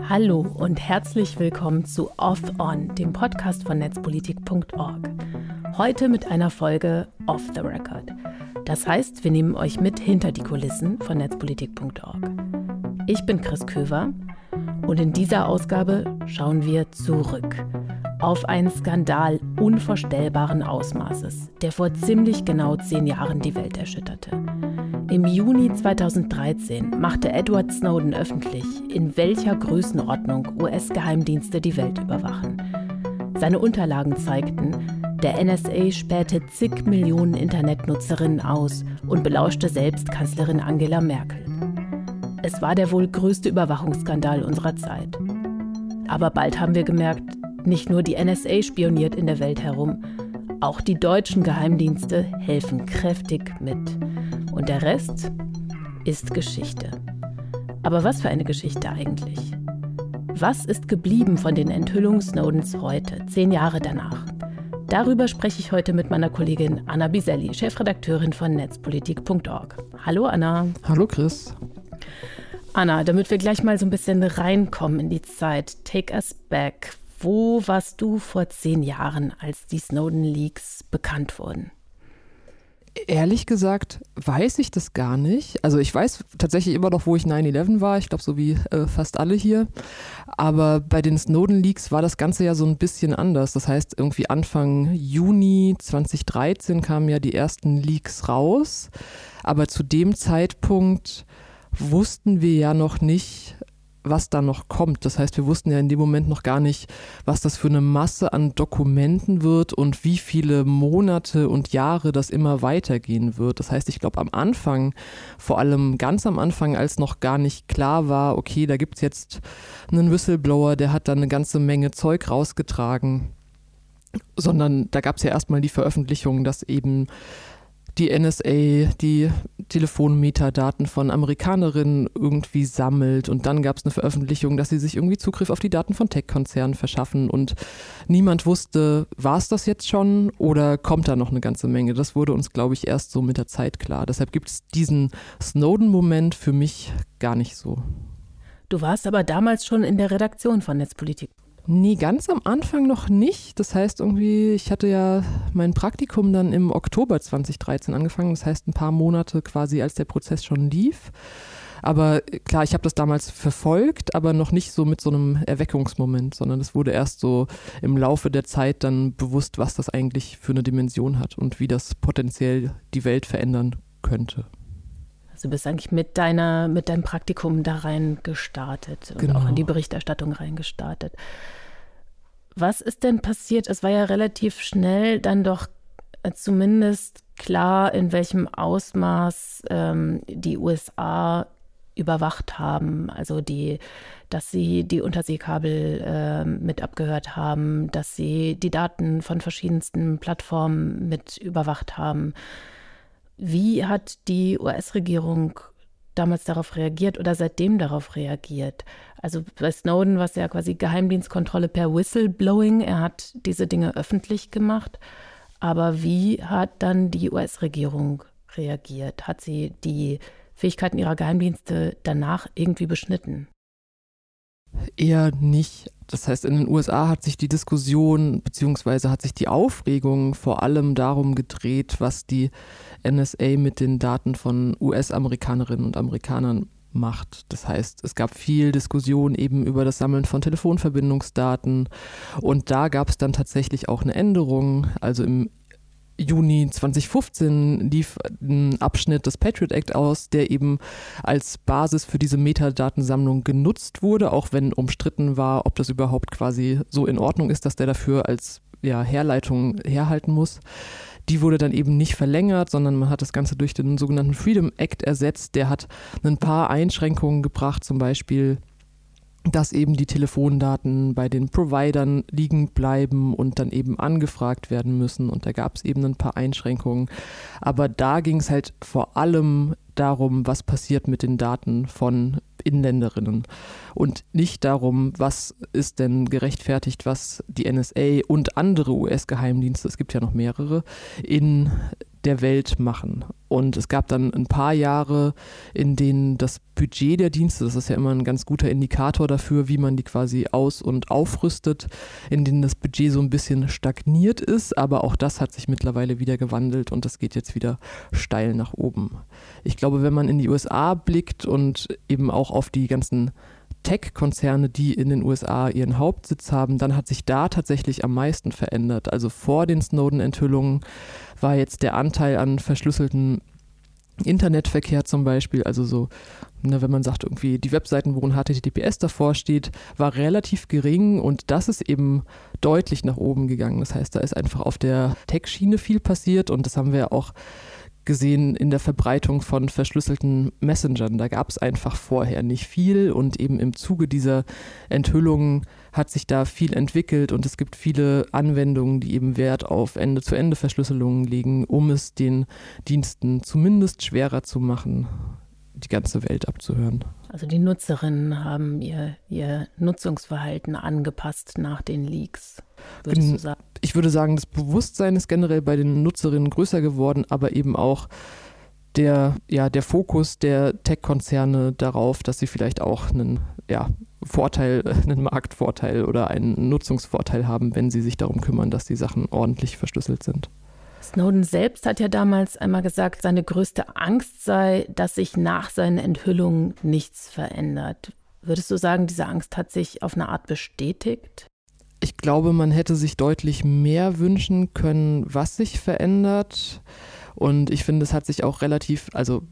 Hallo und herzlich willkommen zu Off On, dem Podcast von netzpolitik.org. Heute mit einer Folge Off the Record. Das heißt, wir nehmen euch mit hinter die Kulissen von netzpolitik.org. Ich bin Chris Köver und in dieser Ausgabe schauen wir zurück auf einen Skandal unvorstellbaren Ausmaßes, der vor ziemlich genau 10 Jahren die Welt erschütterte. Im Juni 2013 machte Edward Snowden öffentlich, in welcher Größenordnung US-Geheimdienste die Welt überwachen. Seine Unterlagen zeigten, der NSA spähte zig Millionen Internetnutzerinnen aus und belauschte selbst Kanzlerin Angela Merkel. Es war der wohl größte Überwachungsskandal unserer Zeit. Aber bald haben wir gemerkt, nicht nur die NSA spioniert in der Welt herum, auch die deutschen Geheimdienste helfen kräftig mit. Und der Rest ist Geschichte. Aber was für eine Geschichte eigentlich? Was ist geblieben von den Enthüllungen Snowdens heute, 10 Jahre danach? Darüber spreche ich heute mit meiner Kollegin Anna Biselli, Chefredakteurin von netzpolitik.org. Hallo Anna. Hallo Chris. Anna, damit wir gleich mal so ein bisschen reinkommen in die Zeit, take us back. Wo warst du vor 10 Jahren, als die Snowden-Leaks bekannt wurden? Ehrlich gesagt weiß ich das gar nicht. Also ich weiß tatsächlich immer noch, wo ich 9/11 war. Ich glaube, so wie fast alle hier. Aber bei den Snowden-Leaks war das Ganze ja so ein bisschen anders. Das heißt, irgendwie Anfang Juni 2013 kamen ja die ersten Leaks raus. Aber zu dem Zeitpunkt wussten wir ja noch nicht, was da noch kommt. Das heißt, wir wussten ja in dem Moment noch gar nicht, was das für eine Masse an Dokumenten wird und wie viele Monate und Jahre das immer weitergehen wird. Das heißt, ich glaube am Anfang, vor allem ganz am Anfang, als noch gar nicht klar war, okay, da gibt es jetzt einen Whistleblower, der hat dann eine ganze Menge Zeug rausgetragen, sondern da gab es ja erstmal die Veröffentlichung, dass eben die NSA die Telefonmetadaten von Amerikanerinnen irgendwie sammelt und dann gab es eine Veröffentlichung, dass sie sich irgendwie Zugriff auf die Daten von Tech-Konzernen verschaffen und niemand wusste, war es das jetzt schon oder kommt da noch eine ganze Menge? Das wurde uns, glaube ich, erst so mit der Zeit klar. Deshalb gibt es diesen Snowden-Moment für mich gar nicht so. Du warst aber damals schon in der Redaktion von Netzpolitik. Nee, ganz am Anfang noch nicht. Das heißt irgendwie, ich hatte ja mein Praktikum dann im Oktober 2013 angefangen. Das heißt ein paar Monate quasi, als der Prozess schon lief. Aber klar, ich habe das damals verfolgt, aber noch nicht so mit so einem Erweckungsmoment, sondern es wurde erst so im Laufe der Zeit dann bewusst, was das eigentlich für eine Dimension hat und wie das potenziell die Welt verändern könnte. Also du bist eigentlich mit deinem Praktikum da rein gestartet und Genau. Auch in die Berichterstattung reingestartet. Was ist denn passiert? Es war ja relativ schnell dann doch zumindest klar, in welchem Ausmaß die USA überwacht haben. Also dass sie die Unterseekabel mit abgehört haben, dass sie die Daten von verschiedensten Plattformen mit überwacht haben. Wie hat die US-Regierung damals darauf reagiert oder seitdem darauf reagiert? Also bei Snowden war es ja quasi Geheimdienstkontrolle per Whistleblowing. Er hat diese Dinge öffentlich gemacht. Aber wie hat dann die US-Regierung reagiert? Hat sie die Fähigkeiten ihrer Geheimdienste danach irgendwie beschnitten? Eher nicht. Das heißt, in den USA hat sich die Diskussion bzw. hat sich die Aufregung vor allem darum gedreht, was die NSA mit den Daten von US-Amerikanerinnen und Amerikanern macht. Das heißt, es gab viel Diskussion eben über das Sammeln von Telefonverbindungsdaten und da gab es dann tatsächlich auch eine Änderung. Also im Juni 2015 lief ein Abschnitt des Patriot Act aus, der eben als Basis für diese Metadatensammlung genutzt wurde, auch wenn umstritten war, ob das überhaupt quasi so in Ordnung ist, dass der dafür als Herleitung herhalten muss. Die wurde dann eben nicht verlängert, sondern man hat das Ganze durch den sogenannten Freedom Act ersetzt. Der hat ein paar Einschränkungen gebracht, zum Beispiel, dass eben die Telefondaten bei den Providern liegen bleiben und dann eben angefragt werden müssen. Und da gab es eben ein paar Einschränkungen. Aber da ging es halt vor allem darum, was passiert mit den Daten von Inländerinnen und nicht darum, was ist denn gerechtfertigt, was die NSA und andere US-Geheimdienste, es gibt ja noch mehrere, in der Welt machen. Und es gab dann ein paar Jahre, in denen das Budget der Dienste, das ist ja immer ein ganz guter Indikator dafür, wie man die quasi aus- und aufrüstet, in denen das Budget so ein bisschen stagniert ist, aber auch das hat sich mittlerweile wieder gewandelt und das geht jetzt wieder steil nach oben. Ich glaube, wenn man in die USA blickt und eben auch auf die ganzen Tech-Konzerne, die in den USA ihren Hauptsitz haben, dann hat sich da tatsächlich am meisten verändert. Also vor den Snowden-Enthüllungen war jetzt der Anteil an verschlüsselten Internetverkehr zum Beispiel, also so, ne, wenn man sagt, irgendwie die Webseiten, wo ein HTTPS davor steht, war relativ gering und das ist eben deutlich nach oben gegangen. Das heißt, da ist einfach auf der Tech-Schiene viel passiert und das haben wir auch gesehen in der Verbreitung von verschlüsselten Messengern. Da gab es einfach vorher nicht viel und eben im Zuge dieser Enthüllungen hat sich da viel entwickelt und es gibt viele Anwendungen, die eben Wert auf Ende-zu-Ende-Verschlüsselungen legen, um es den Diensten zumindest schwerer zu machen, die ganze Welt abzuhören. Also die Nutzerinnen haben ihr Nutzungsverhalten angepasst nach den Leaks, würdest du sagen? Ich würde sagen, das Bewusstsein ist generell bei den Nutzerinnen größer geworden, aber eben auch der Fokus der Tech-Konzerne darauf, dass sie vielleicht auch einen Marktvorteil oder einen Nutzungsvorteil haben, wenn sie sich darum kümmern, dass die Sachen ordentlich verschlüsselt sind. Snowden selbst hat ja damals einmal gesagt, seine größte Angst sei, dass sich nach seinen Enthüllungen nichts verändert. Würdest du sagen, diese Angst hat sich auf eine Art bestätigt? Ich glaube, man hätte sich deutlich mehr wünschen können, was sich verändert. Und ich finde, es hat sich auch relativ,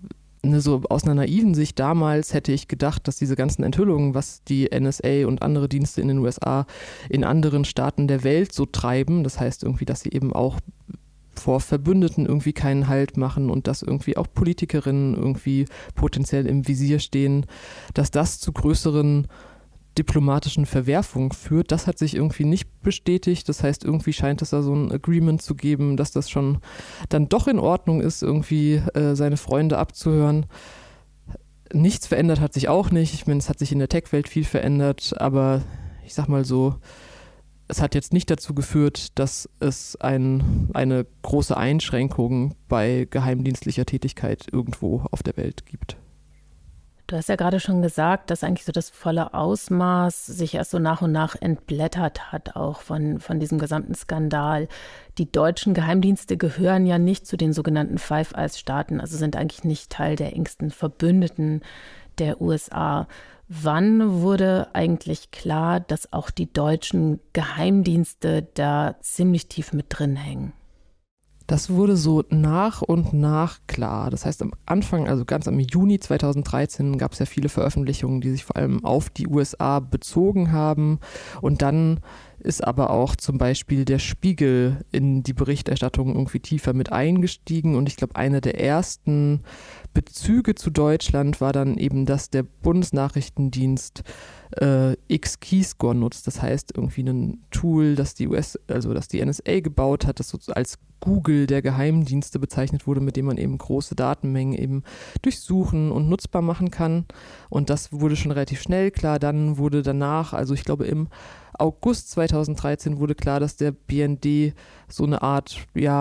so aus einer naiven Sicht damals hätte ich gedacht, dass diese ganzen Enthüllungen, was die NSA und andere Dienste in den USA in anderen Staaten der Welt so treiben, das heißt irgendwie, dass sie eben auch vor Verbündeten irgendwie keinen Halt machen und dass irgendwie auch Politikerinnen irgendwie potenziell im Visier stehen, dass das zu größeren diplomatischen Verwerfungen führt. Das hat sich irgendwie nicht bestätigt. Das heißt, irgendwie scheint es da so ein Agreement zu geben, dass das schon dann doch in Ordnung ist, irgendwie seine Freunde abzuhören. Nichts verändert hat sich auch nicht. Ich meine, es hat sich in der Tech-Welt viel verändert, aber ich sag mal so, es hat jetzt nicht dazu geführt, dass es eine große Einschränkung bei geheimdienstlicher Tätigkeit irgendwo auf der Welt gibt. Du hast ja gerade schon gesagt, dass eigentlich so das volle Ausmaß sich erst so nach und nach entblättert hat, auch von diesem gesamten Skandal. Die deutschen Geheimdienste gehören ja nicht zu den sogenannten Five Eyes-Staaten, also sind eigentlich nicht Teil der engsten Verbündeten der USA. Wann wurde eigentlich klar, dass auch die deutschen Geheimdienste da ziemlich tief mit drin hängen? Das wurde so nach und nach klar. Das heißt, am Anfang, also ganz am Juni 2013, gab es ja viele Veröffentlichungen, die sich vor allem auf die USA bezogen haben. Und dann ist aber auch zum Beispiel der Spiegel in die Berichterstattung irgendwie tiefer mit eingestiegen. Und ich glaube, einer der ersten Bezüge zu Deutschland war dann eben, dass der Bundesnachrichtendienst X-Keyscore nutzt. Das heißt, irgendwie ein Tool, das die dass die NSA gebaut hat, das so als Google der Geheimdienste bezeichnet wurde, mit dem man eben große Datenmengen eben durchsuchen und nutzbar machen kann. Und das wurde schon relativ schnell klar. Dann wurde danach, also ich glaube im August 2013 wurde klar, dass der BND so eine Art,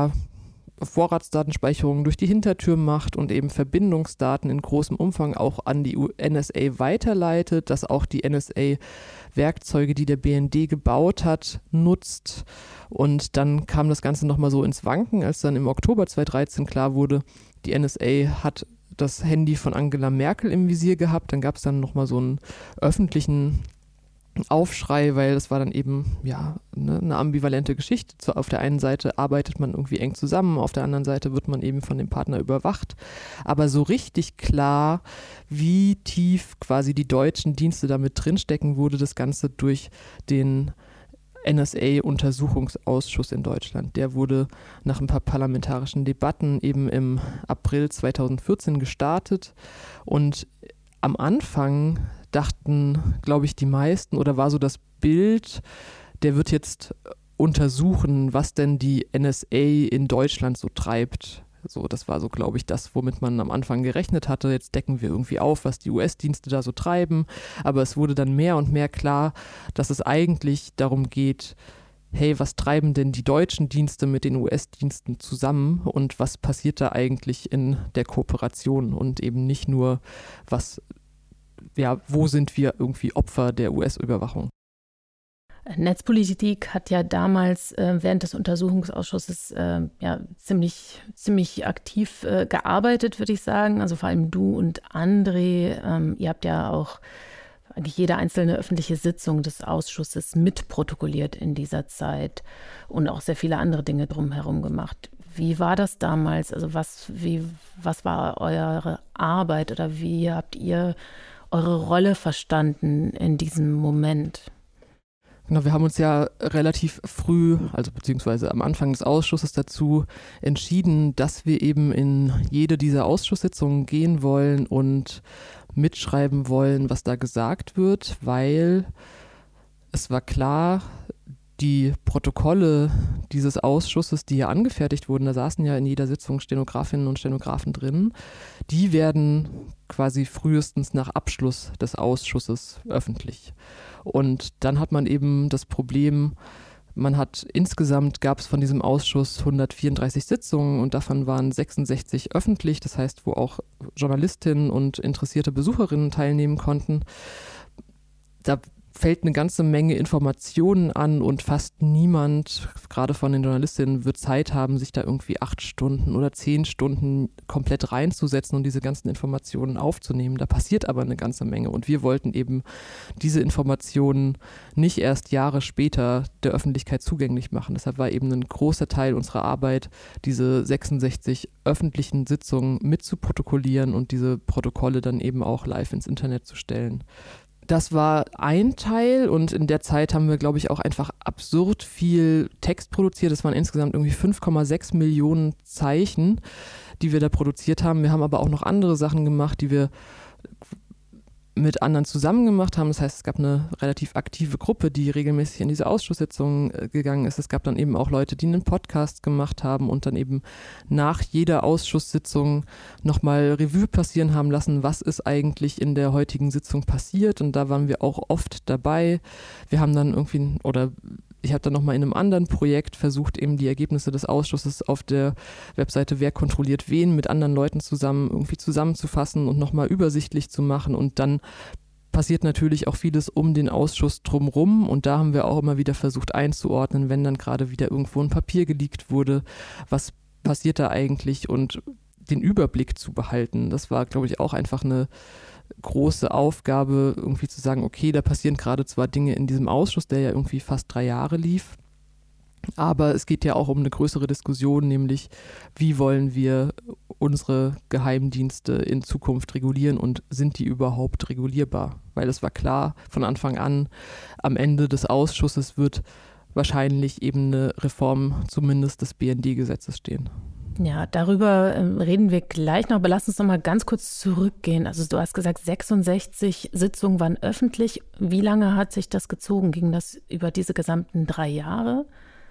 Vorratsdatenspeicherung durch die Hintertür macht und eben Verbindungsdaten in großem Umfang auch an die NSA weiterleitet, dass auch die NSA Werkzeuge, die der BND gebaut hat, nutzt. Und dann kam das Ganze nochmal so ins Wanken, als dann im Oktober 2013 klar wurde, die NSA hat das Handy von Angela Merkel im Visier gehabt. Dann gab es dann nochmal so einen öffentlichen Aufschrei, weil das war dann eben eine ambivalente Geschichte. Auf der einen Seite arbeitet man irgendwie eng zusammen, auf der anderen Seite wird man eben von dem Partner überwacht. Aber so richtig klar, wie tief quasi die deutschen Dienste damit drinstecken, wurde das Ganze durch den NSA-Untersuchungsausschuss in Deutschland. Der wurde nach ein paar parlamentarischen Debatten eben im April 2014 gestartet und am Anfang dachten, glaube ich, die meisten, oder war so das Bild, der wird jetzt untersuchen, was denn die NSA in Deutschland so treibt. So, das war so, glaube ich, das, womit man am Anfang gerechnet hatte. Jetzt decken wir irgendwie auf, was die US-Dienste da so treiben. Aber es wurde dann mehr und mehr klar, dass es eigentlich darum geht, hey, was treiben denn die deutschen Dienste mit den US-Diensten zusammen und was passiert da eigentlich in der Kooperation und eben nicht nur, wo sind wir irgendwie Opfer der US-Überwachung? Netzpolitik hat ja damals während des Untersuchungsausschusses ziemlich aktiv gearbeitet, würde ich sagen. Also vor allem du und André, ihr habt ja auch eigentlich jede einzelne öffentliche Sitzung des Ausschusses mitprotokolliert in dieser Zeit und auch sehr viele andere Dinge drumherum gemacht. Wie war das damals? Also was war eure Arbeit oder wie habt ihr eure Rolle verstanden in diesem Moment? Genau, wir haben uns ja relativ früh, also beziehungsweise am Anfang des Ausschusses dazu entschieden, dass wir eben in jede dieser Ausschusssitzungen gehen wollen und mitschreiben wollen, was da gesagt wird, weil es war klar, die Protokolle dieses Ausschusses, die ja angefertigt wurden, da saßen ja in jeder Sitzung Stenografinnen und Stenografen drin, die werden quasi frühestens nach Abschluss des Ausschusses öffentlich. Und dann hat man eben das Problem, insgesamt gab es von diesem Ausschuss 134 Sitzungen und davon waren 66 öffentlich, das heißt, wo auch Journalistinnen und interessierte Besucherinnen teilnehmen konnten. Da fällt eine ganze Menge Informationen an und fast niemand, gerade von den Journalistinnen, wird Zeit haben, sich da irgendwie 8 Stunden oder 10 Stunden komplett reinzusetzen und diese ganzen Informationen aufzunehmen. Da passiert aber eine ganze Menge und wir wollten eben diese Informationen nicht erst Jahre später der Öffentlichkeit zugänglich machen. Deshalb war eben ein großer Teil unserer Arbeit, diese 66 öffentlichen Sitzungen mitzuprotokollieren und diese Protokolle dann eben auch live ins Internet zu stellen. Das war ein Teil und in der Zeit haben wir, glaube ich, auch einfach absurd viel Text produziert. Das waren insgesamt irgendwie 5,6 Millionen Zeichen, die wir da produziert haben. Wir haben aber auch noch andere Sachen gemacht, die wir mit anderen zusammen gemacht haben. Das heißt, es gab eine relativ aktive Gruppe, die regelmäßig in diese Ausschusssitzungen gegangen ist. Es gab dann eben auch Leute, die einen Podcast gemacht haben und dann eben nach jeder Ausschusssitzung nochmal Revue passieren haben lassen, was ist eigentlich in der heutigen Sitzung passiert. Und da waren wir auch oft dabei. Wir haben dann ich habe dann nochmal in einem anderen Projekt versucht, eben die Ergebnisse des Ausschusses auf der Webseite Wer kontrolliert wen mit anderen Leuten zusammenzufassen und nochmal übersichtlich zu machen. Und dann passiert natürlich auch vieles um den Ausschuss drumherum. Und da haben wir auch immer wieder versucht einzuordnen, wenn dann gerade wieder irgendwo ein Papier geleakt wurde, was passiert da eigentlich und den Überblick zu behalten. Das war, glaube ich, auch einfach eine große Aufgabe, irgendwie zu sagen, okay, da passieren gerade zwar Dinge in diesem Ausschuss, der ja irgendwie fast 3 Jahre lief, aber es geht ja auch um eine größere Diskussion, nämlich wie wollen wir unsere Geheimdienste in Zukunft regulieren und sind die überhaupt regulierbar? Weil es war klar von Anfang an, am Ende des Ausschusses wird wahrscheinlich eben eine Reform zumindest des BND-Gesetzes stehen. Ja, darüber reden wir gleich noch, aber lass uns noch mal ganz kurz zurückgehen. Also du hast gesagt, 66 Sitzungen waren öffentlich. Wie lange hat sich das gezogen? Ging das über diese gesamten 3 Jahre?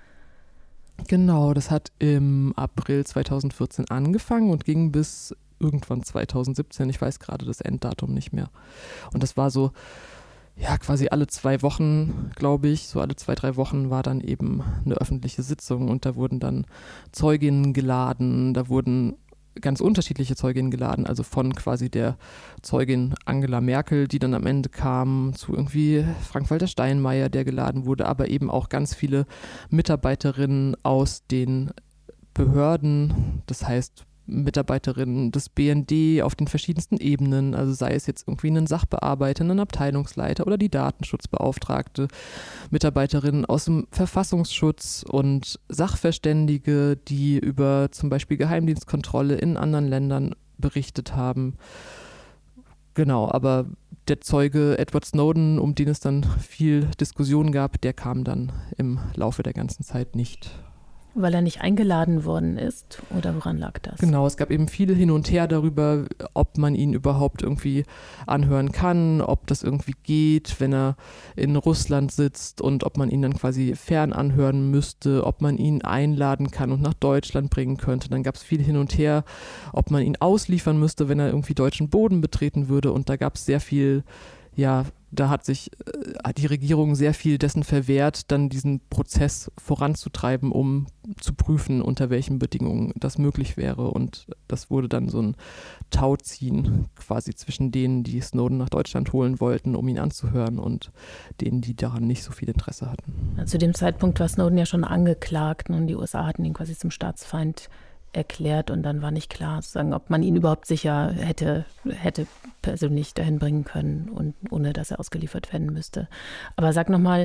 Genau, das hat im April 2014 angefangen und ging bis irgendwann 2017. Ich weiß gerade das Enddatum nicht mehr. Und das war so, ja, quasi alle 2 Wochen, glaube ich, so alle 2, 3 Wochen war dann eben eine öffentliche Sitzung und da wurden dann Zeuginnen geladen, da wurden ganz unterschiedliche Zeuginnen geladen, also von quasi der Zeugin Angela Merkel, die dann am Ende kam, zu irgendwie Frank-Walter Steinmeier, der geladen wurde, aber eben auch ganz viele Mitarbeiterinnen aus den Behörden, das heißt Mitarbeiterinnen des BND auf den verschiedensten Ebenen, also sei es jetzt irgendwie ein Sachbearbeiter, ein Abteilungsleiter oder die Datenschutzbeauftragte, Mitarbeiterinnen aus dem Verfassungsschutz und Sachverständige, die über zum Beispiel Geheimdienstkontrolle in anderen Ländern berichtet haben. Genau, aber der Zeuge Edward Snowden, um den es dann viel Diskussion gab, der kam dann im Laufe der ganzen Zeit nicht. Weil er nicht eingeladen worden ist? Oder woran lag das? Genau, es gab eben viel hin und her darüber, ob man ihn überhaupt irgendwie anhören kann, ob das irgendwie geht, wenn er in Russland sitzt und ob man ihn dann quasi fern anhören müsste, ob man ihn einladen kann und nach Deutschland bringen könnte. Dann gab es viel hin und her, ob man ihn ausliefern müsste, wenn er irgendwie deutschen Boden betreten würde. Und da gab es sehr viel da hat sich die Regierung sehr viel dessen verwehrt, dann diesen Prozess voranzutreiben, um zu prüfen, unter welchen Bedingungen das möglich wäre. Und das wurde dann so ein Tauziehen quasi zwischen denen, die Snowden nach Deutschland holen wollten, um ihn anzuhören, und denen, die daran nicht so viel Interesse hatten. Zu dem Zeitpunkt war Snowden ja schon angeklagt, und die USA hatten ihn quasi zum Staatsfeind erklärt, und dann war nicht klar, sozusagen, ob man ihn überhaupt sicher hätte persönlich dahin bringen können, und ohne dass er ausgeliefert werden müsste. Aber sag nochmal,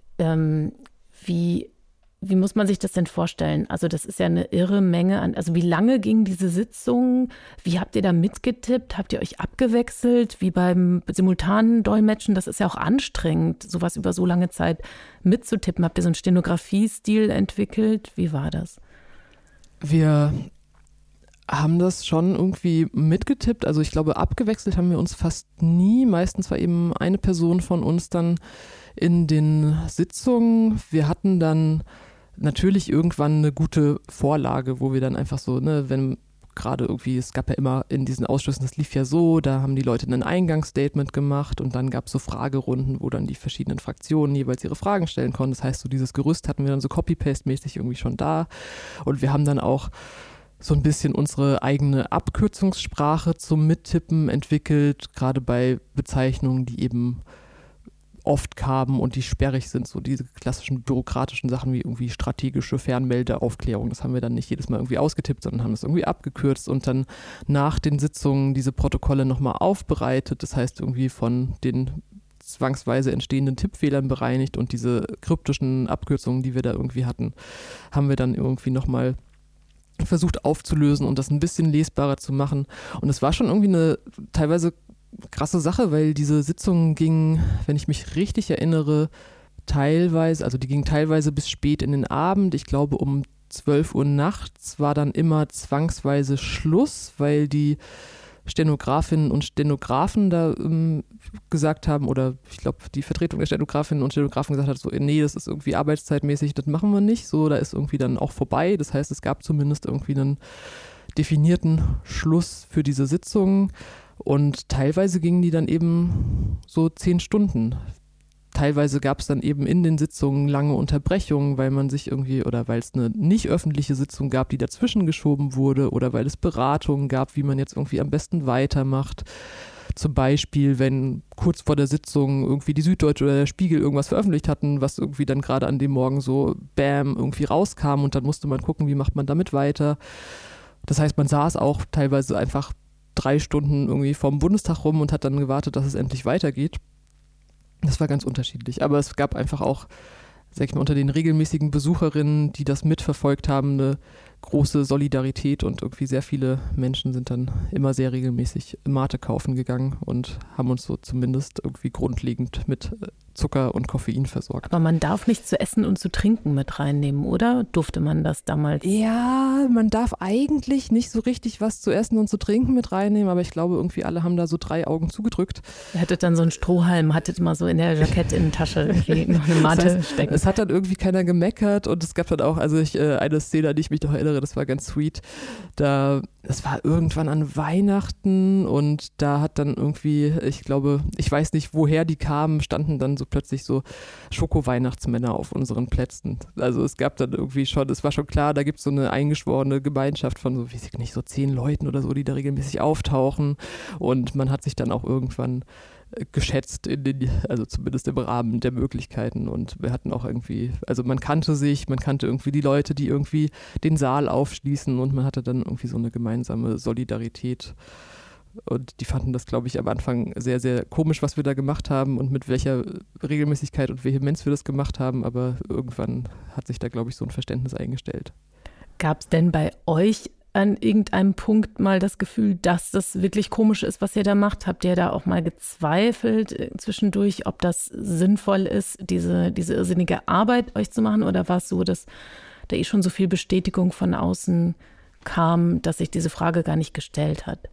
wie muss man sich das denn vorstellen? Also das ist ja eine irre Menge an, also wie lange ging diese Sitzung? Wie habt ihr da mitgetippt? Habt ihr euch abgewechselt? Wie beim simultanen Dolmetschen? Das ist ja auch anstrengend, sowas über so lange Zeit mitzutippen. Habt ihr so einen Stenografiestil entwickelt? Wie war das? Wir haben das schon irgendwie mitgetippt. Also ich glaube, abgewechselt haben wir uns fast nie. Meistens war eben eine Person von uns dann in den Sitzungen. Wir hatten dann natürlich irgendwann eine gute Vorlage, wo wir dann einfach so, wenn gerade irgendwie, es gab ja immer in diesen Ausschüssen, das lief ja so, da haben die Leute ein Eingangsstatement gemacht, und dann gab es so Fragerunden, wo dann die verschiedenen Fraktionen jeweils ihre Fragen stellen konnten. Das heißt, so dieses Gerüst hatten wir dann so Copy-Paste-mäßig irgendwie schon da, und wir haben dann auch so ein bisschen unsere eigene Abkürzungssprache zum Mittippen entwickelt, gerade bei Bezeichnungen, die eben oft kamen und die sperrig sind, so diese klassischen bürokratischen Sachen wie irgendwie strategische Fernmeldeaufklärung. Das haben wir dann nicht jedes Mal irgendwie ausgetippt, sondern haben das irgendwie abgekürzt und dann nach den Sitzungen diese Protokolle nochmal aufbereitet. Das heißt, irgendwie von den zwangsweise entstehenden Tippfehlern bereinigt, und diese kryptischen Abkürzungen, die wir da irgendwie hatten, haben wir dann irgendwie nochmal versucht aufzulösen und das ein bisschen lesbarer zu machen. Und es war schon irgendwie eine teilweise krasse Sache, weil diese Sitzungen gingen, wenn ich mich richtig erinnere, die gingen teilweise bis spät in den Abend. Ich glaube, um 12 Uhr nachts war dann immer zwangsweise Schluss, weil die Stenografinnen und Stenografen da gesagt haben, oder ich glaube, die Vertretung der Stenografinnen und Stenografen gesagt hat, so, nee, das ist irgendwie arbeitszeitmäßig, das machen wir nicht. So, da ist irgendwie dann auch vorbei. Das heißt, es gab zumindest irgendwie einen definierten Schluss für diese Sitzungen. Und teilweise gingen die dann eben so 10 Stunden. Teilweise gab es dann eben in den Sitzungen lange Unterbrechungen, weil man sich irgendwie, oder weil es eine nicht öffentliche Sitzung gab, die dazwischen geschoben wurde, oder weil es Beratungen gab, wie man jetzt irgendwie am besten weitermacht. Zum Beispiel, wenn kurz vor der Sitzung irgendwie die Süddeutsche oder der Spiegel irgendwas veröffentlicht hatten, was irgendwie dann gerade an dem Morgen so bam irgendwie rauskam, und dann musste man gucken, wie macht man damit weiter. Das heißt, man saß auch teilweise einfach 3 Stunden irgendwie vorm Bundestag rum und hat dann gewartet, dass es endlich weitergeht. Das war ganz unterschiedlich. Aber es gab einfach auch, sag ich mal, unter den regelmäßigen Besucherinnen, die das mitverfolgt haben, eine große Solidarität, und irgendwie sehr viele Menschen sind dann immer sehr regelmäßig Mate kaufen gegangen und haben uns so zumindest irgendwie grundlegend mit Zucker und Koffein versorgt. Aber man darf nichts zu essen und zu trinken mit reinnehmen, oder? Durfte man das damals? Ja, man darf eigentlich nicht so richtig was zu essen und zu trinken mit reinnehmen, aber ich glaube, irgendwie alle haben da so 3 Augen zugedrückt. Ihr hattet dann so einen Strohhalm, hattet mal so in der Jackettinnentasche irgendwie noch eine Mate stecken. Es hat dann irgendwie keiner gemeckert, und es gab dann auch, eine Szene, an die ich mich noch erinnere, das war ganz sweet. Das war irgendwann an Weihnachten, und da hat dann irgendwie, ich glaube, ich weiß nicht, woher die kamen, standen dann so plötzlich so Schoko-Weihnachtsmänner auf unseren Plätzen. Also es gab dann irgendwie schon, es war schon klar, da gibt es so eine eingeschworene Gemeinschaft von so, weiß ich nicht, so 10 Leuten oder so, die da regelmäßig auftauchen, und man hat sich dann auch irgendwann geschätzt, also zumindest im Rahmen der Möglichkeiten, und wir hatten auch irgendwie, also man kannte irgendwie die Leute, die irgendwie den Saal aufschließen, und man hatte dann irgendwie so eine gemeinsame Solidarität, und die fanden das, glaube ich, am Anfang sehr, sehr komisch, was wir da gemacht haben und mit welcher Regelmäßigkeit und Vehemenz wir das gemacht haben, aber irgendwann hat sich da, glaube ich, so ein Verständnis eingestellt. Gab es denn bei euch an irgendeinem Punkt mal das Gefühl, dass das wirklich komisch ist, was ihr da macht? Habt ihr da auch mal gezweifelt zwischendurch, ob das sinnvoll ist, diese irrsinnige Arbeit euch zu machen? Oder war es so, dass da schon so viel Bestätigung von außen kam, dass sich diese Frage gar nicht gestellt hat?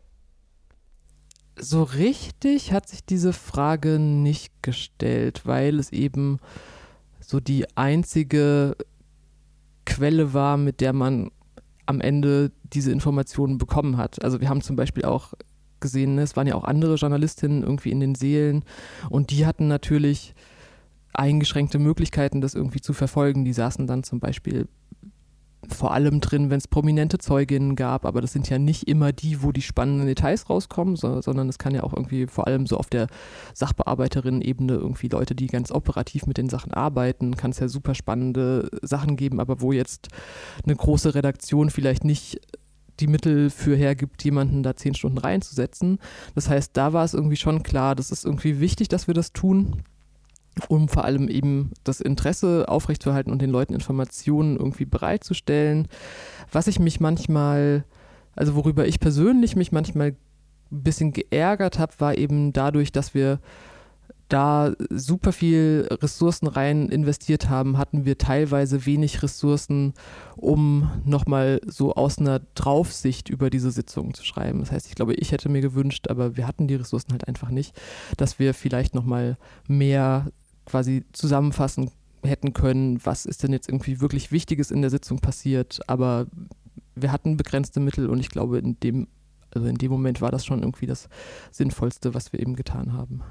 So richtig hat sich diese Frage nicht gestellt, weil es eben so die einzige Quelle war, mit der man am Ende diese Informationen bekommen hat. Also wir haben zum Beispiel auch gesehen. Es waren ja auch andere Journalistinnen irgendwie in den Sälen und die hatten natürlich eingeschränkte Möglichkeiten, das irgendwie zu verfolgen. Die saßen dann zum Beispiel vor allem drin, wenn es prominente Zeuginnen gab, aber das sind ja nicht immer die, wo die spannenden Details rauskommen, sondern es kann ja auch irgendwie vor allem so auf der Sachbearbeiterinnen-Ebene irgendwie Leute, die ganz operativ mit den Sachen arbeiten, kann es ja super spannende Sachen geben, aber wo jetzt eine große Redaktion vielleicht nicht die Mittel für hergibt, jemanden da 10 Stunden reinzusetzen. Das heißt, da war es irgendwie schon klar, das ist irgendwie wichtig, dass wir das tun, um vor allem eben das Interesse aufrechtzuerhalten und den Leuten Informationen irgendwie bereitzustellen. Was ich mich manchmal, also worüber ich persönlich mich manchmal ein bisschen geärgert habe, war eben dadurch, dass wir da super viel Ressourcen rein investiert haben, hatten wir teilweise wenig Ressourcen, um nochmal so aus einer Draufsicht über diese Sitzungen zu schreiben. Das heißt, ich glaube, ich hätte mir gewünscht, aber wir hatten die Ressourcen halt einfach nicht, dass wir vielleicht nochmal mehr quasi zusammenfassen hätten können, was ist denn jetzt irgendwie wirklich Wichtiges in der Sitzung passiert, aber wir hatten begrenzte Mittel und ich glaube, in dem Moment war das schon irgendwie das Sinnvollste, was wir eben getan haben.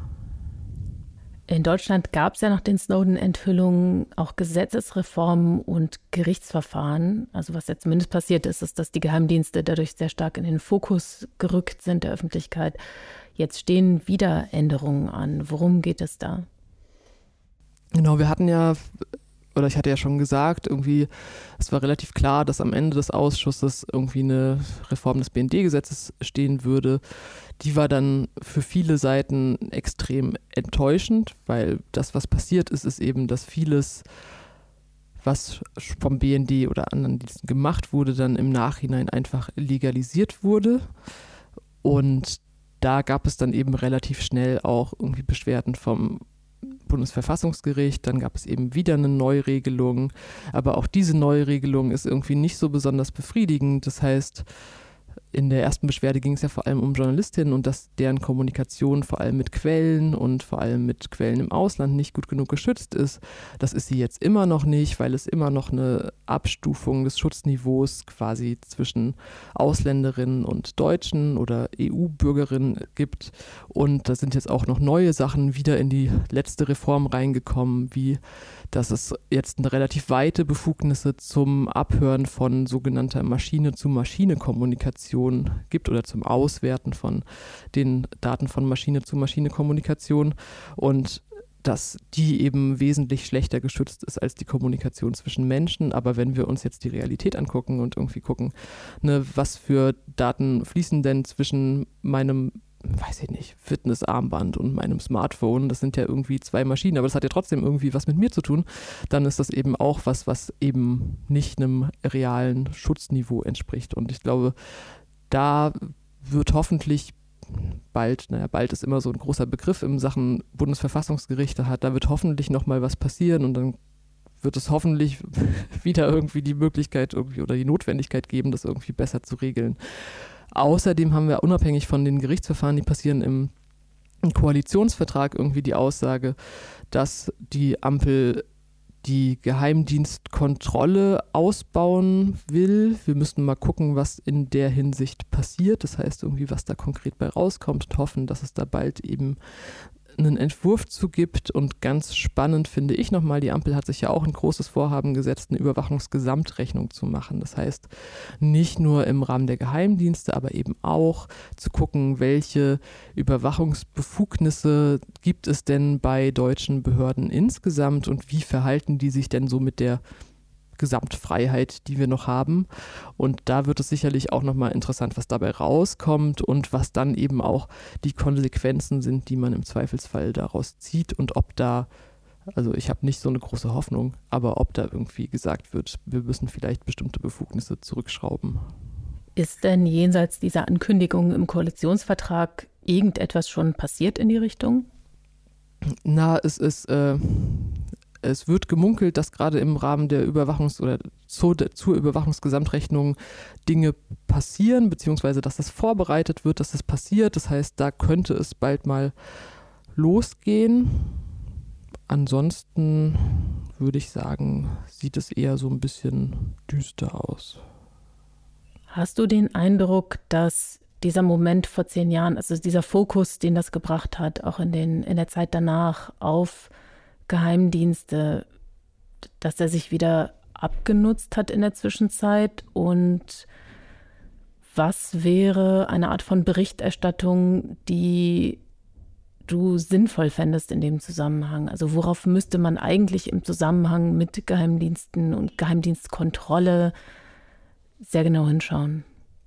In Deutschland gab es ja nach den Snowden-Enthüllungen auch Gesetzesreformen und Gerichtsverfahren. Also was jetzt zumindest passiert ist, ist, dass die Geheimdienste dadurch sehr stark in den Fokus gerückt sind der Öffentlichkeit. Jetzt stehen wieder Änderungen an. Worum geht es da? Genau, ich hatte ja schon gesagt, irgendwie, es war relativ klar, dass am Ende des Ausschusses irgendwie eine Reform des BND-Gesetzes stehen würde. Die war dann für viele Seiten extrem enttäuschend, weil das, was passiert ist, ist eben, dass vieles, was vom BND oder anderen Diensten gemacht wurde, dann im Nachhinein einfach legalisiert wurde. Und da gab es dann eben relativ schnell auch irgendwie Beschwerden vom Bundesverfassungsgericht, dann gab es eben wieder eine Neuregelung, aber auch diese Neuregelung ist irgendwie nicht so besonders befriedigend. Das heißt, in der ersten Beschwerde ging es ja vor allem um Journalistinnen und dass deren Kommunikation vor allem mit Quellen und vor allem mit Quellen im Ausland nicht gut genug geschützt ist. Das ist sie jetzt immer noch nicht, weil es immer noch eine Abstufung des Schutzniveaus quasi zwischen Ausländerinnen und Deutschen oder EU-Bürgerinnen gibt. Und da sind jetzt auch noch neue Sachen wieder in die letzte Reform reingekommen, wie dass es jetzt eine relativ weite Befugnisse zum Abhören von sogenannter Maschine-zu-Maschine-Kommunikation gibt oder zum Auswerten von den Daten von Maschine-zu-Maschine-Kommunikation und dass die eben wesentlich schlechter geschützt ist als die Kommunikation zwischen Menschen. Aber wenn wir uns jetzt die Realität angucken und irgendwie gucken, ne, was für Daten fließen denn zwischen meinem Fitnessarmband und meinem Smartphone, das sind ja irgendwie 2 Maschinen, aber das hat ja trotzdem irgendwie was mit mir zu tun, dann ist das eben auch was eben nicht einem realen Schutzniveau entspricht. Und ich glaube, da wird hoffentlich bald ist immer so ein großer Begriff in Sachen Bundesverfassungsgericht, da wird hoffentlich nochmal was passieren und dann wird es hoffentlich wieder irgendwie die Möglichkeit irgendwie oder die Notwendigkeit geben, das irgendwie besser zu regeln. Außerdem haben wir unabhängig von den Gerichtsverfahren, die passieren im Koalitionsvertrag, irgendwie die Aussage, dass die Ampel die Geheimdienstkontrolle ausbauen will. Wir müssen mal gucken, was in der Hinsicht passiert. Das heißt irgendwie, was da konkret bei rauskommt und hoffen, dass es da bald eben einen Entwurf zu gibt. Und ganz spannend finde ich nochmal, die Ampel hat sich ja auch ein großes Vorhaben gesetzt, eine Überwachungsgesamtrechnung zu machen. Das heißt, nicht nur im Rahmen der Geheimdienste, aber eben auch zu gucken, welche Überwachungsbefugnisse gibt es denn bei deutschen Behörden insgesamt und wie verhalten die sich denn so mit der Gesamtfreiheit, die wir noch haben. Und da wird es sicherlich auch nochmal interessant, was dabei rauskommt und was dann eben auch die Konsequenzen sind, die man im Zweifelsfall daraus zieht und ob da, also ich habe nicht so eine große Hoffnung, aber ob da irgendwie gesagt wird, wir müssen vielleicht bestimmte Befugnisse zurückschrauben. Ist denn jenseits dieser Ankündigung im Koalitionsvertrag irgendetwas schon passiert in die Richtung? Es wird gemunkelt, dass gerade im Rahmen der zur Überwachungsgesamtrechnung Dinge passieren, beziehungsweise dass das vorbereitet wird, dass das passiert. Das heißt, da könnte es bald mal losgehen. Ansonsten würde ich sagen, sieht es eher so ein bisschen düster aus. Hast du den Eindruck, dass dieser Moment vor 10 Jahren, also dieser Fokus, den das gebracht hat, auch in der Zeit danach auf Geheimdienste, dass er sich wieder abgenutzt hat in der Zwischenzeit? Und was wäre eine Art von Berichterstattung, die du sinnvoll fändest in dem Zusammenhang? Also worauf müsste man eigentlich im Zusammenhang mit Geheimdiensten und Geheimdienstkontrolle sehr genau hinschauen?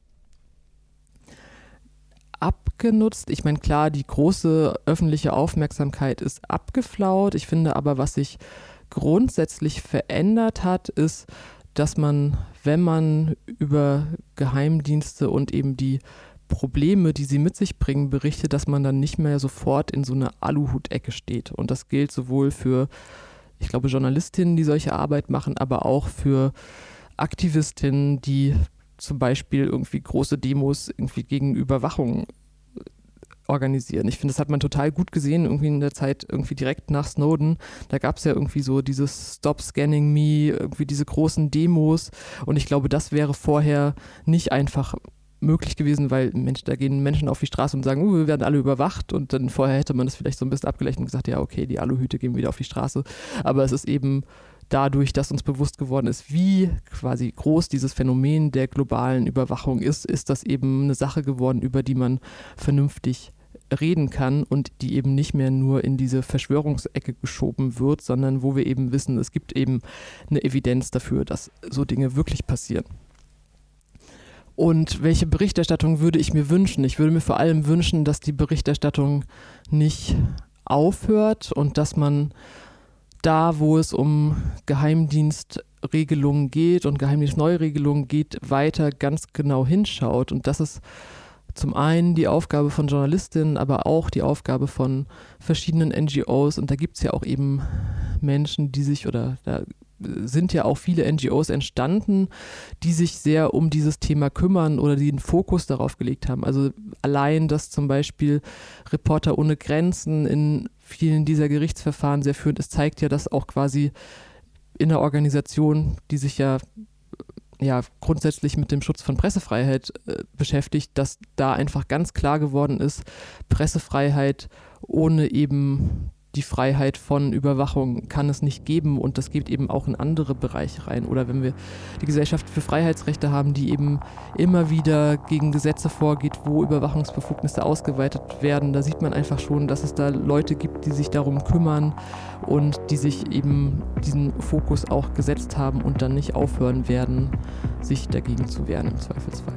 Abgenutzt. Ich meine, klar, die große öffentliche Aufmerksamkeit ist abgeflaut. Ich finde aber, was sich grundsätzlich verändert hat, ist, dass man, wenn man über Geheimdienste und eben die Probleme, die sie mit sich bringen, berichtet, dass man dann nicht mehr sofort in so einer Aluhut-Ecke steht. Und das gilt sowohl für, ich glaube, Journalistinnen, die solche Arbeit machen, aber auch für Aktivistinnen, die zum Beispiel irgendwie große Demos irgendwie gegen Überwachung organisieren. Ich finde, das hat man total gut gesehen, irgendwie in der Zeit irgendwie direkt nach Snowden. Da gab es ja irgendwie so dieses Stop Scanning Me, irgendwie diese großen Demos. Und ich glaube, das wäre vorher nicht einfach möglich gewesen, weil da gehen Menschen auf die Straße und sagen, wir werden alle überwacht. Und dann vorher hätte man das vielleicht so ein bisschen abgelächelt und gesagt, ja, okay, die Aluhüte gehen wieder auf die Straße. Aber es ist eben dadurch, dass uns bewusst geworden ist, wie quasi groß dieses Phänomen der globalen Überwachung ist das eben eine Sache geworden, über die man vernünftig reden kann und die eben nicht mehr nur in diese Verschwörungsecke geschoben wird, sondern wo wir eben wissen, es gibt eben eine Evidenz dafür, dass so Dinge wirklich passieren. Und welche Berichterstattung würde ich mir wünschen? Ich würde mir vor allem wünschen, dass die Berichterstattung nicht aufhört und dass man da, wo es um Geheimdienstregelungen geht und Geheimdienstneuregelungen geht, weiter ganz genau hinschaut. Und das ist zum einen die Aufgabe von Journalistinnen, aber auch die Aufgabe von verschiedenen NGOs. Und da gibt es ja auch eben Menschen, die sich, oder da sind ja auch viele NGOs entstanden, die sich sehr um dieses Thema kümmern oder die einen Fokus darauf gelegt haben. Also allein, dass zum Beispiel Reporter ohne Grenzen in vielen dieser Gerichtsverfahren sehr führend ist, zeigt ja, dass auch quasi in einer Organisation, die sich ja grundsätzlich mit dem Schutz von Pressefreiheit beschäftigt, dass da einfach ganz klar geworden ist, Pressefreiheit ohne eben die Freiheit von Überwachung kann es nicht geben und das geht eben auch in andere Bereiche rein. Oder wenn wir die Gesellschaft für Freiheitsrechte haben, die eben immer wieder gegen Gesetze vorgeht, wo Überwachungsbefugnisse ausgeweitet werden, da sieht man einfach schon, dass es da Leute gibt, die sich darum kümmern und die sich eben diesen Fokus auch gesetzt haben und dann nicht aufhören werden, sich dagegen zu wehren im Zweifelsfall.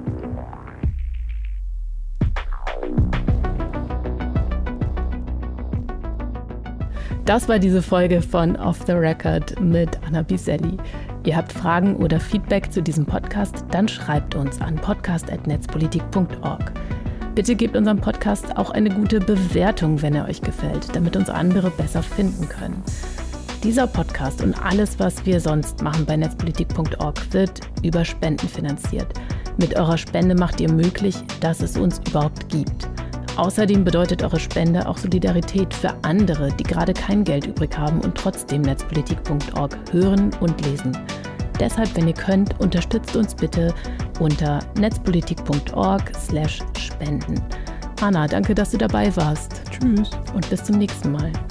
Das war diese Folge von Off the Record mit Anna Biselli. Ihr habt Fragen oder Feedback zu diesem Podcast, dann schreibt uns an podcast@netzpolitik.org. Bitte gebt unserem Podcast auch eine gute Bewertung, wenn er euch gefällt, damit uns andere besser finden können. Dieser Podcast und alles, was wir sonst machen bei netzpolitik.org, wird über Spenden finanziert. Mit eurer Spende macht ihr möglich, dass es uns überhaupt gibt. Außerdem bedeutet eure Spende auch Solidarität für andere, die gerade kein Geld übrig haben und trotzdem netzpolitik.org hören und lesen. Deshalb, wenn ihr könnt, unterstützt uns bitte unter netzpolitik.org/spenden. Anna, danke, dass du dabei warst. Tschüss und bis zum nächsten Mal.